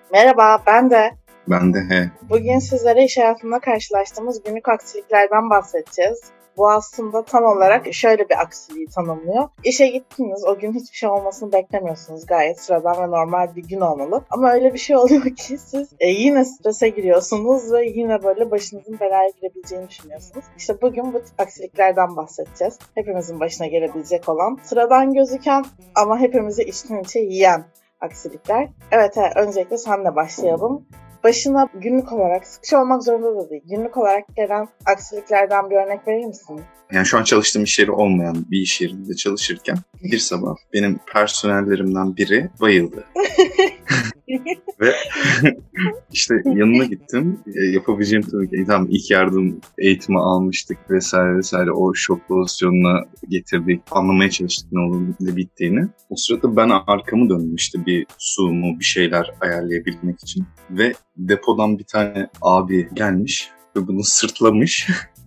Merhaba, ben de. Ben de he. Bugün sizlere iş hayatında karşılaştığımız günlük aksiliklerden bahsedeceğiz. Bu aslında tam olarak şöyle bir aksiliği tanımlıyor. İşe gittiniz, o gün hiçbir şey olmasını beklemiyorsunuz. Gayet sıradan ve normal bir gün olmalı. Ama öyle bir şey oluyor ki siz yine strese giriyorsunuz ve yine böyle başınızın belaya girebileceğini düşünüyorsunuz. İşte bugün bu tip aksiliklerden bahsedeceğiz. Hepimizin başına gelebilecek olan, sıradan gözüken ama hepimizi içten içe yiyen aksilikler. Evet, öncelikle senle başlayalım. Başına günlük olarak, sıkıcı olmak zorunda da değil, günlük olarak gelen aksiliklerden bir örnek verir misin? Yani şu an çalıştığım iş yeri olmayan bir iş yerinde çalışırken bir sabah benim personellerimden biri bayıldı. Ve işte yanına gittim. Yapabileceğim tabii ki tam ilk yardım eğitimi almıştık vesaire o şok pozisyonuna getirdik. Anlamaya çalıştık ne olduğunu, ne bittiğini. O sırada ben arkamı döndüm işte bir su mu bir şeyler ayarlayabilmek için. Ve depodan bir tane abi gelmiş ve bunu sırtlamış.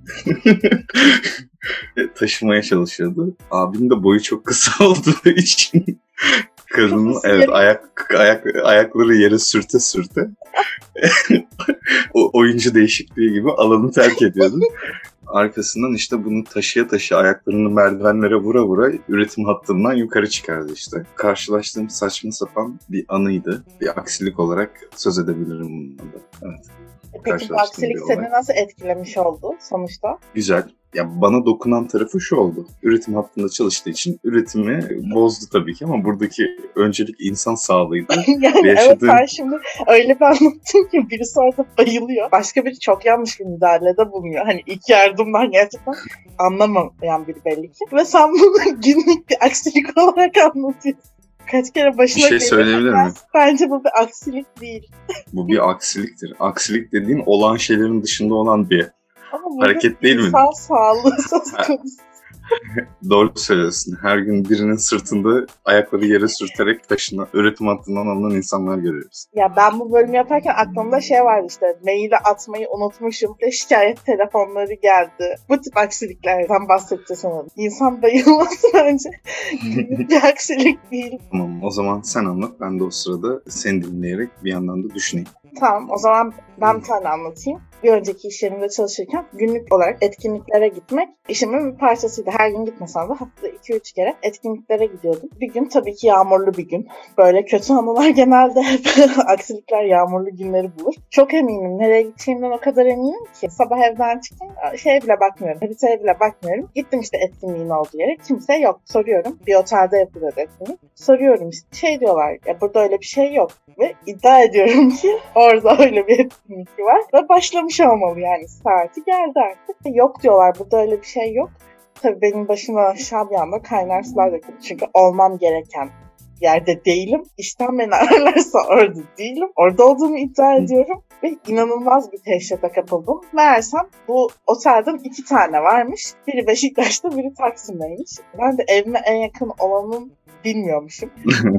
Taşımaya çalışıyordu. Abim de boyu çok kısa olduğu için kadının evet ayakları yere sürte o oyuncu değişikliği gibi alanı terk ediyordu. Arkasından işte bunu taşıya ayaklarını merdivenlere vura üretim hattından yukarı çıkardı işte. Karşılaştığım saçma sapan bir anıydı. Bir aksilik olarak söz edebilirim bununla da. Evet. Peki bu aksilik seni nasıl etkilemiş oldu sonuçta? Güzel. Ya bana dokunan tarafı şu oldu. Üretim hattında çalıştığı için üretimi bozdu tabii ki ama buradaki öncelik insan sağlığıydı. Yani yaşadığım... Evet, sen şimdi öyle bir anlattın ki birisi orada bayılıyor. Başka biri çok yanlış bir müdahalede bulunuyor. Hani ilk yardımdan gerçekten anlamayan biri belli ki. Ve sen bunu günlük bir aksilik olarak anlatıyorsun. Kaç kere başına bir şey söyleyebilir miyim? Bence bu bir aksilik değil. Bu bir aksiliktir. Aksilik dediğin olan şeylerin dışında olan bir hareket değil mi? İnsan sağlığı söz konusu. Doğru söylüyorsun. Her gün birinin sırtında ayakları yere sürterek üretim hattından alınan insanlar görüyoruz. Ya ben bu bölümü yaparken aklımda şey vardı işte. Maili atmayı unutmuşum. Şikayet telefonları geldi. Bu tip aksiliklerden bahsedeceğiz sanırım. İnsan bayılması bence bir aksilik değil. Tamam, o zaman sen anlat. Ben de o sırada seni dinleyerek bir yandan da düşüneyim. Tamam, o zaman ben bir tane anlatayım. Bir önceki iş yerimde çalışırken günlük olarak etkinliklere gitmek işimin bir parçasıydı. Her gün gitmesem de haftada 2-3 kere etkinliklere gidiyordum. Bir gün tabii ki yağmurlu bir gün. Böyle kötü anılar genelde hep aksilikler yağmurlu günleri bulur. Çok eminim. Nereye gideceğimden o kadar eminim ki. Sabah evden çıktım. Şeye bile bakmıyorum. Haritaya bile bakmıyorum. Gittim işte etkinliğin olduğu yere. Kimse yok. Soruyorum. Bir otelde yapılıyor etkinlik. Soruyorum işte. Şey diyorlar. Ya burada öyle bir şey yok. Ve iddia ediyorum ki orada öyle bir etkinlik var. Ve başlamış olmalı yani. Saati geldi artık. Yok diyorlar. Burada öyle bir şey yok. Tabii benim başıma aşağı bir anda kaynar sular döküldü. Çünkü olmam gereken yerde değilim. İşten beni ararlarsa orada değilim. Orada olduğumu iddia ediyorum. Ve inanılmaz bir dehşete kapıldım. Meğersem bu otelden 2 tane varmış. Biri Beşiktaş'ta, biri Taksim'deymiş. Ben de evime en yakın olanın bilmiyormuşum.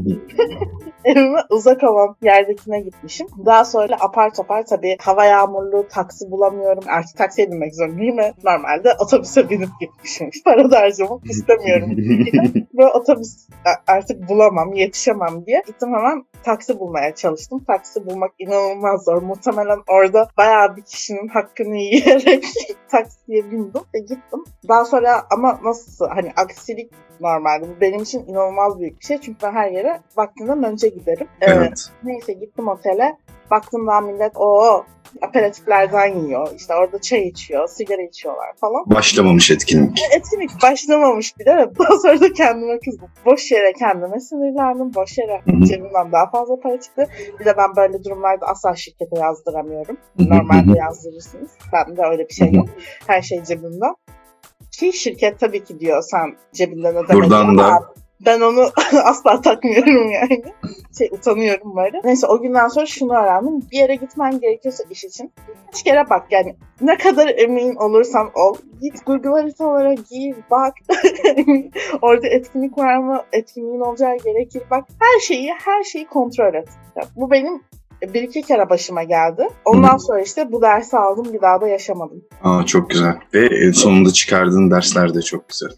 Evime uzak olan yerdekine gitmişim. Daha sonra apar topar tabii hava yağmurlu, taksi bulamıyorum. Artık taksiye binmek zorundayım ve normalde otobüse binip gitmişim. Para da harcamak istemiyorum. Böyle otobüs artık bulamam, yetişemem diye gittim hemen taksi bulmaya çalıştım. Taksi bulmak inanılmaz zor. Muhtemelen orada bayağı bir kişinin hakkını yiyerek taksiye bindim ve gittim. Daha sonra ama nasıl hani aksilik normalde. Bu benim için inanılmaz büyük bir şey. Çünkü ben her yere vaktinden önce giderim. Evet. Neyse gittim otele. Baktım daha millet aperatiflerden yiyor. İşte orada çay içiyor, sigara içiyorlar falan. Başlamamış etkinlik. Etkinlik başlamamış bile. Daha sonra da kendime kızdım. Boş yere kendime sinirlendim. Boş yere cebimden daha fazla para çıktı. Bir de ben böyle durumlarda asla şirkete yazdıramıyorum. Normalde yazdırırsınız. Bende öyle bir şey yok. Her şey cebimden. Ki şirket tabii ki diyor sen cebinden ödemek. Buradan da ben onu asla takmıyorum yani. Utanıyorum böyle. Neyse o günden sonra şunu öğrendim. Bir yere gitmen gerekiyorsa iş için kaç kere bak yani ne kadar emin olursan ol. Git Google haritalara gir bak. Orada etkinlik var mı? Etkinliğin olacağı gerekir bak. Her şeyi kontrol et. Bu benim 1-2 kere başıma geldi. Ondan sonra işte bu dersi aldım, bir daha da yaşamadım. Çok güzel. Ve sonunda çıkardığın dersler de çok güzel.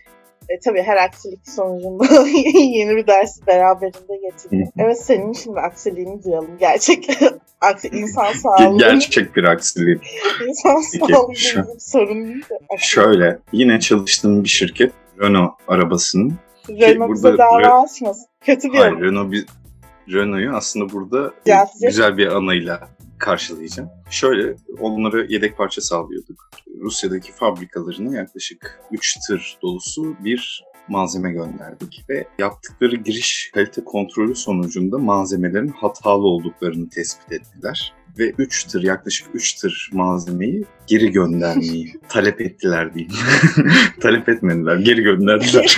Tabii her aksilik sonucunda yeni bir dersi beraberinde getiriyor. Evet, senin şimdi aksiliğini duyalım. Gerçek insan sağlığı. Gerçek bir aksilik. İnsan sağlığı bir sorun değil de. Şöyle, yine çalıştığım bir şirket Renault arabasının. Renault bize dava açmasın. Kötü bir Hayır, Renault'u aslında burada güzel bir anıyla karşılayacağım. Şöyle, onlara yedek parça sağlıyorduk. Rusya'daki fabrikalarına yaklaşık 3 tır dolusu bir malzeme gönderdik ve yaptıkları giriş kalite kontrolü sonucunda malzemelerin hatalı olduklarını tespit ettiler. Ve yaklaşık 3 tır malzemeyi geri göndermeyi talep ettiler diyeyim. Talep etmediler, geri gönderdiler.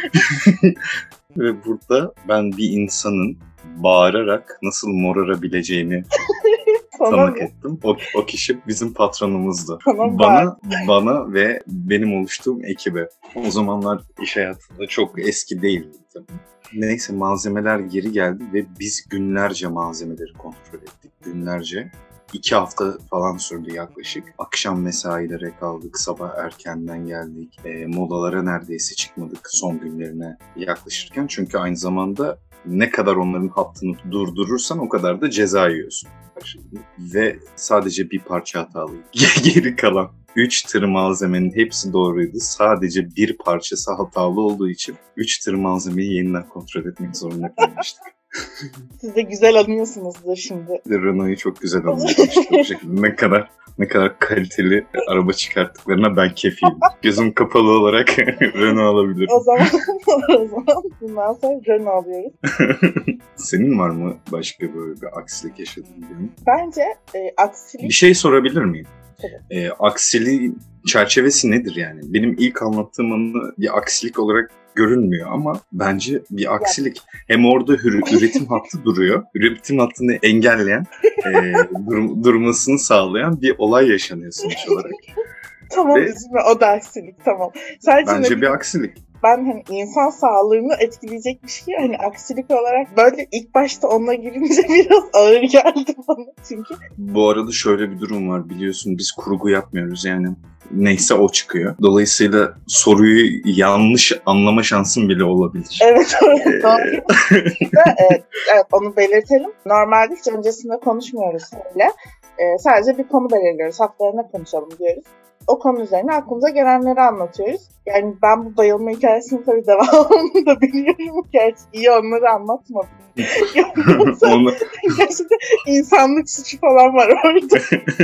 Ve burada ben bir insanın bağırarak nasıl morarabileceğini tanık ettim. O kişi bizim patronumuzdu. Bana ve benim oluştuğum ekibe. O zamanlar iş hayatında çok eski değildi tabii. Neyse, malzemeler geri geldi ve biz günlerce malzemeleri kontrol ettik. Günlerce. 2 hafta falan sürdü yaklaşık. Akşam mesailere kaldık, sabah erkenden geldik. Molalara neredeyse çıkmadık son günlerine yaklaşırken. Çünkü aynı zamanda ne kadar onların hattını durdurursan o kadar da ceza yiyorsun. Ve sadece bir parça hatalıydı. Geri kalan 3 tır malzemenin hepsi doğruydu. Sadece bir parçası hatalı olduğu için 3 tır malzemeyi yeniden kontrol etmek zorunda kalmıştık. Siz de güzel anlıyorsunuzdur şimdi. Renault'u çok güzel anlamıştım. Bu şekilde ne kadar kaliteli araba çıkarttıklarına ben kefiyim. Gözüm kapalı olarak Renault alabilirim. O zaman bundan sonra Renault alıyoruz. Senin var mı başka böyle bir aksilik yaşadığın bir? Bence aksilik... Bir şey sorabilir miyim? Evet. Aksiliğin çerçevesi nedir yani? Benim ilk anlattığım anı bir aksilik olarak görünmüyor ama bence bir aksilik. Hem orada üretim hattı duruyor. Üretim hattını engelleyen, durmasını sağlayan bir olay yaşanıyor sonuç olarak. Tamam, üzülme, o da aksilik, tamam. Sadece bence bir aksilik. Ben hani insan sağlığını etkileyecek bir şey, hani aksilik olarak böyle ilk başta onunla girince biraz ağır geldi bana çünkü. Bu arada şöyle bir durum var, biliyorsun biz kurgu yapmıyoruz yani. Neyse o çıkıyor. Dolayısıyla soruyu yanlış anlama şansın bile olabilir. Evet. Evet, onu belirtelim. Normalde hiç öncesinde konuşmuyoruz öyle. Sadece bir konu belirliyoruz. Haftaya ne konuşalım diyoruz. O konu üzerine aklımıza gelenleri anlatıyoruz. Yani ben bu bayılma hikayesini tabii devamını da biliyorum. Gerçi iyi onları anlatmadım. Gerçekten insanlık suçu falan var orada.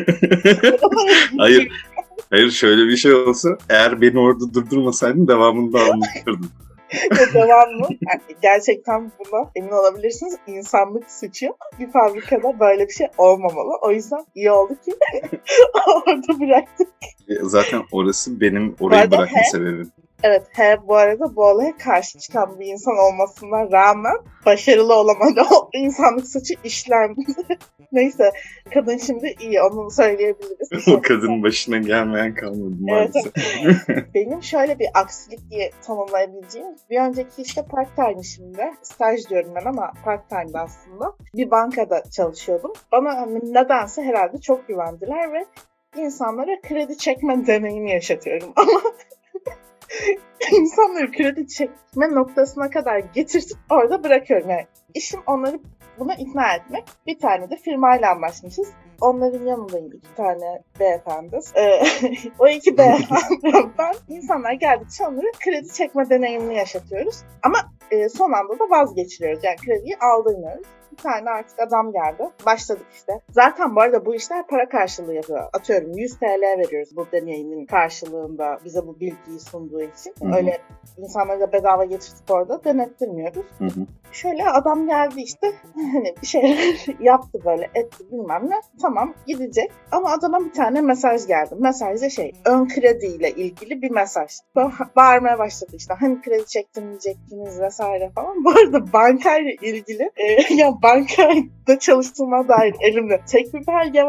Hayır, şöyle bir şey olsa eğer beni orada durdurmasaydın devamını da anlatırdım. Devamlı. Yani gerçekten buna emin olabilirsiniz. İnsanlık suçu. Bir fabrikada böyle bir şey olmamalı. O yüzden iyi oldu ki orada bıraktık. Zaten orası benim orayı bırakma sebebim. Evet, bu arada bu olaya karşı çıkan bir insan olmasına rağmen başarılı olamadı. O insanlık suçu işlendi. Neyse, kadın şimdi iyi, onu söyleyebiliriz. O kadının başına gelmeyen kalmadı maalesef. Evet. Benim şöyle bir aksilik diye tanımlayabileceğim, bir önceki işte part-time işimde, staj diyorum ben ama part-time'da aslında, bir bankada çalışıyordum. Bana nedense herhalde çok güvendiler ve insanlara kredi çekme deneyimi yaşatıyorum ama insanları kredi çekme noktasına kadar getirtip orada bırakıyorum. Yani işim onları buna ikna etmek. Bir tane de firmayla anlaşmışız. Onların yanındayım, 2 tane beyefendi. O 2 beyefendiden insanlar geldikçe onları kredi çekme deneyimini yaşatıyoruz. Ama son anda da vazgeçiriyoruz. Yani krediyi aldırmıyoruz. Bir tane artık adam geldi. Başladık işte. Zaten bu arada bu işler para karşılığı yapıyor. Atıyorum 100 TL veriyoruz bu deneyimin karşılığında bize bu bilgiyi sunduğu için. Hı-hı. Öyle insanları da bedava getirtip orada denettirmiyoruz. Hı-hı. Şöyle adam geldi işte. Hani bir şey yaptı böyle, etti bilmem ne. Tamam, gidecek. Ama adama bir tane mesaj geldi. Mesajda ön krediyle ilgili bir mesaj. Bağırmaya başladı işte. Hani kredi çektirmeyecektiniz vesaire falan. Bu arada bankayla ilgili ya bankada çalıştığıma dair elimde tek bir belge var.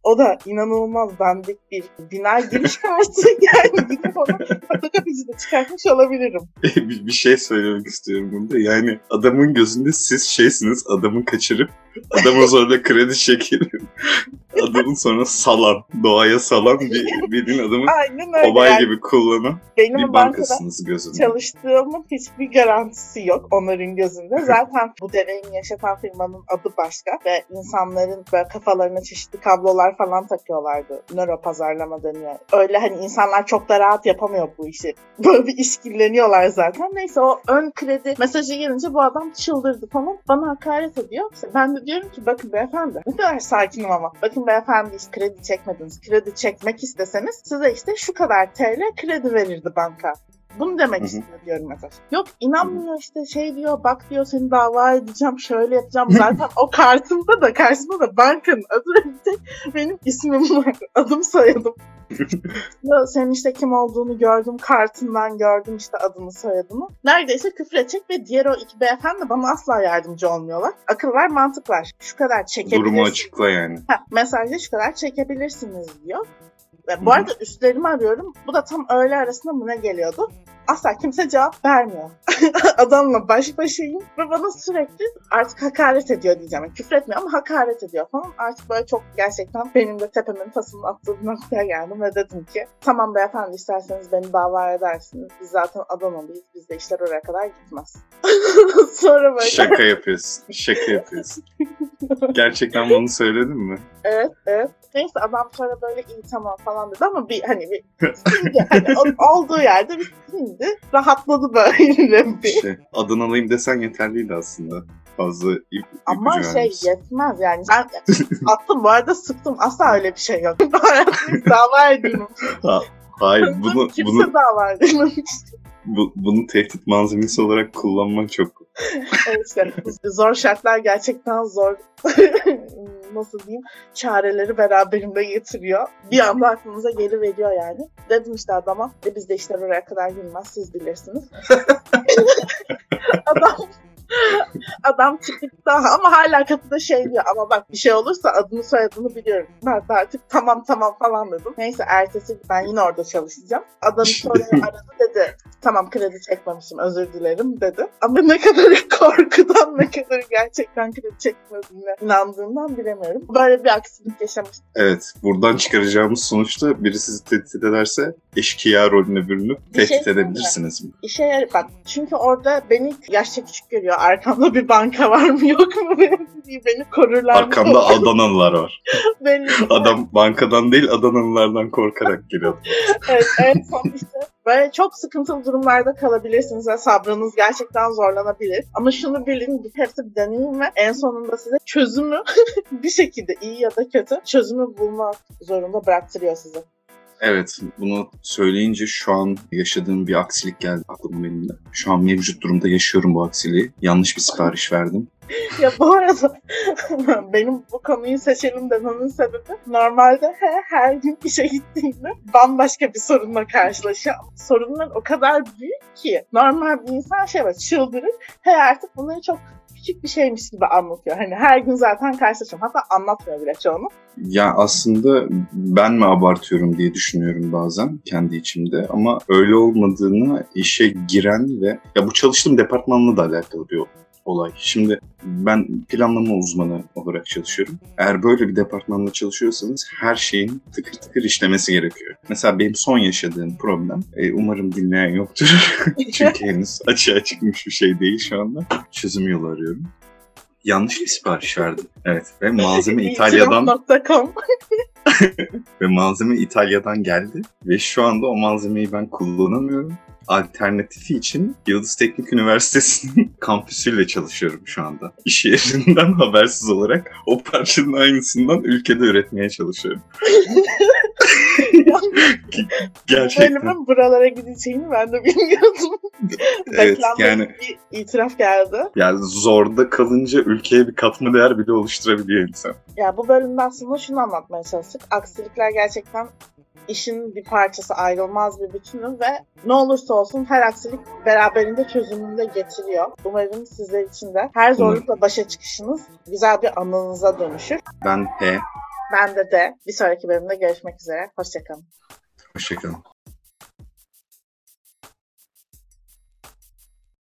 O da inanılmaz dandik bir bina giriş kartı. Yani gidip onu fotokopicide çıkartmış olabilirim. Bir şey söylemek istiyorum burada. Yani adamın gözünde siz şeysiniz, adamı kaçırıp adamı zorla kredi çekip adamın sonra salan, doğaya salan bildiğin adamı obay yani, gibi kullanan bir bankasınız gözünde. Çalıştığımın hiçbir garantisi yok onların gözünde. Zaten bu deneyimi yaşatan firmanın adı başka ve insanların böyle kafalarına çeşitli kablolar falan takıyorlardı. Nöro pazarlama deniyor. Öyle hani insanlar çok da rahat yapamıyor bu işi. Böyle bir işkilleniyorlar zaten. Neyse o ön kredi mesajı gelince bu adam çıldırdı falan. Bana hakaret ediyor. Ben de diyorum ki bakın beyefendi ne kadar sakinim ama. Bakın beyefendi hiç kredi çekmediniz. Kredi çekmek isteseniz size işte şu kadar TL kredi verirdi banka. Bunu demek istiyor diyorum mesaj. Yok inanmıyor işte şey diyor bak diyor seni dava edeceğim şöyle yapacağım. Zaten o kartımda da karşımda da bankanın adı benim ismim var. Adım soyadım. Senin işte kim olduğunu gördüm. Kartından gördüm işte adını soyadını. Neredeyse küfredecek ve diğer o iki beyefendi bana asla yardımcı olmuyorlar. Akıl var mantık var. Şu kadar çekebilirsiniz. Durumu açıkla yani. Mesajda şu kadar çekebilirsiniz diyor. Ve bu arada üstlerimi arıyorum. Bu da tam öğle arasında mı ne geliyordu? Asla kimse cevap vermiyor. Adamla baş başayım ve bana sürekli artık hakaret ediyor diyeceğim. Yani küfür etmiyor ama hakaret ediyor falan. Artık böyle çok gerçekten benim de tepemin tasının attığı bir noktaya geldim ve dedim ki tamam beyefendi isterseniz beni dava edersiniz. Biz zaten Adanalıyız. Bizde işler oraya kadar gitmez. Sonra böyle... Şaka yapıyorsun. Şaka yapıyorsun. Gerçekten bunu söyledin mi? Evet, evet. Neyse adam sonra böyle iyi tamam falan dedi ama bir hani hani olduğu yerde bir sindi. Rahatladı böyle bir. Adanalıyım desen yeterliydi aslında. Fazla ama şey yetmez yani. Ben attım bu arada sıktım. Asla öyle bir şey yok. Dava edilmemiş. Hayır kimse dava edilmemiş. Bunu tehdit malzemesi olarak kullanmak çok... Evet işte zor şartlar gerçekten zor nasıl diyeyim çareleri beraberinde getiriyor. Bir anda aklınıza geliveriyor yani. Dedim işte adama bizde işler oraya kadar girmez siz bilirsiniz. Adam çıktı daha ama hala kapıda şey diyor ama bak bir şey olursa adını soyadını biliyorum. Ben de artık tamam falan dedim. Neyse ertesi gün ben yine orada çalışacağım. Adam sonra aradı dedi tamam kredi çekmemişim özür dilerim dedi. Ama ne kadar korkudan ne kadar gerçekten kredi çekmediğine inandığımdan bilemiyorum. Böyle bir aksilik yaşamıştım. Evet buradan çıkaracağımız sonuçta biri sizi tehdit ederse eşkıya rolüne bürünüp tehdit edebilirsiniz mi? İşe yarar bak çünkü orada beni yaşça küçük görüyor. Arkamda bir banka var mı yok mu beni korurlar mı? Arkamda Adanalılar var. Adam bankadan değil Adanalılardan korkarak geliyor. Evet en son işte böyle çok sıkıntılı durumlarda kalabilirsiniz ve sabrınız gerçekten zorlanabilir. Ama şunu bilin bir hepsi bir deneyim ve en sonunda size çözümü bir şekilde iyi ya da kötü çözümü bulmak zorunda bıraktırıyor sizi. Evet, bunu söyleyince şu an yaşadığım bir aksilik geldi aklıma benim de. Şu an mevcut durumda yaşıyorum bu aksiliği. Yanlış bir sipariş verdim. Ya bu arada benim bu konuyu seçelim dememin sebebi normalde her gün işe gittiğimde bambaşka bir sorunla karşılaşıyor. Sorunlar o kadar büyük ki normal bir insan şey var çıldırır. Artık bunları çok küçük bir şeymiş gibi anlatıyor. Hani her gün zaten karşılaşıyorum. Hatta anlatmıyor bile çoğunu. Ya aslında ben mi abartıyorum diye düşünüyorum bazen kendi içimde. Ama öyle olmadığını işe giren ve ya bu çalıştığım departmanla da alakalı bir olay. Şimdi ben planlama uzmanı olarak çalışıyorum. Eğer böyle bir departmanda çalışıyorsanız her şeyin tıkır tıkır işlemesi gerekiyor. Mesela benim son yaşadığım problem, umarım dinleyen yoktur. Çünkü henüz açığa çıkmış bir şey değil şu anda. Çözüm yolu arıyorum. Yanlış bir sipariş verdim. Evet ve malzeme İtalya'dan ve malzeme İtalya'dan geldi ve şu anda o malzemeyi ben kullanamıyorum. Alternatifi için Yıldız Teknik Üniversitesi'nin kampüsüyle çalışıyorum şu anda. İş yerinden habersiz olarak o parçanın aynısından ülkede üretmeye çalışıyorum. Gerçekten. Bölümün buralara gideceğini ben de bilmiyordum. Evet yani bir itiraf geldi. Yani zorda kalınca ülkeye bir katma değer bile oluşturabiliyor insan. Ya bu bölümde aslında şunu anlatmaya çalıştık. Aksilikler gerçekten işin bir parçası, ayrılmaz bir bütünü ve ne olursa olsun her aksilik beraberinde çözümünü de getiriyor. Umarım sizler için de her zorlukla başa çıkışınız güzel bir anınıza dönüşür. Ben Bende de. Bir sonraki bölümde görüşmek üzere. Hoşçakalın. Hoşçakalın.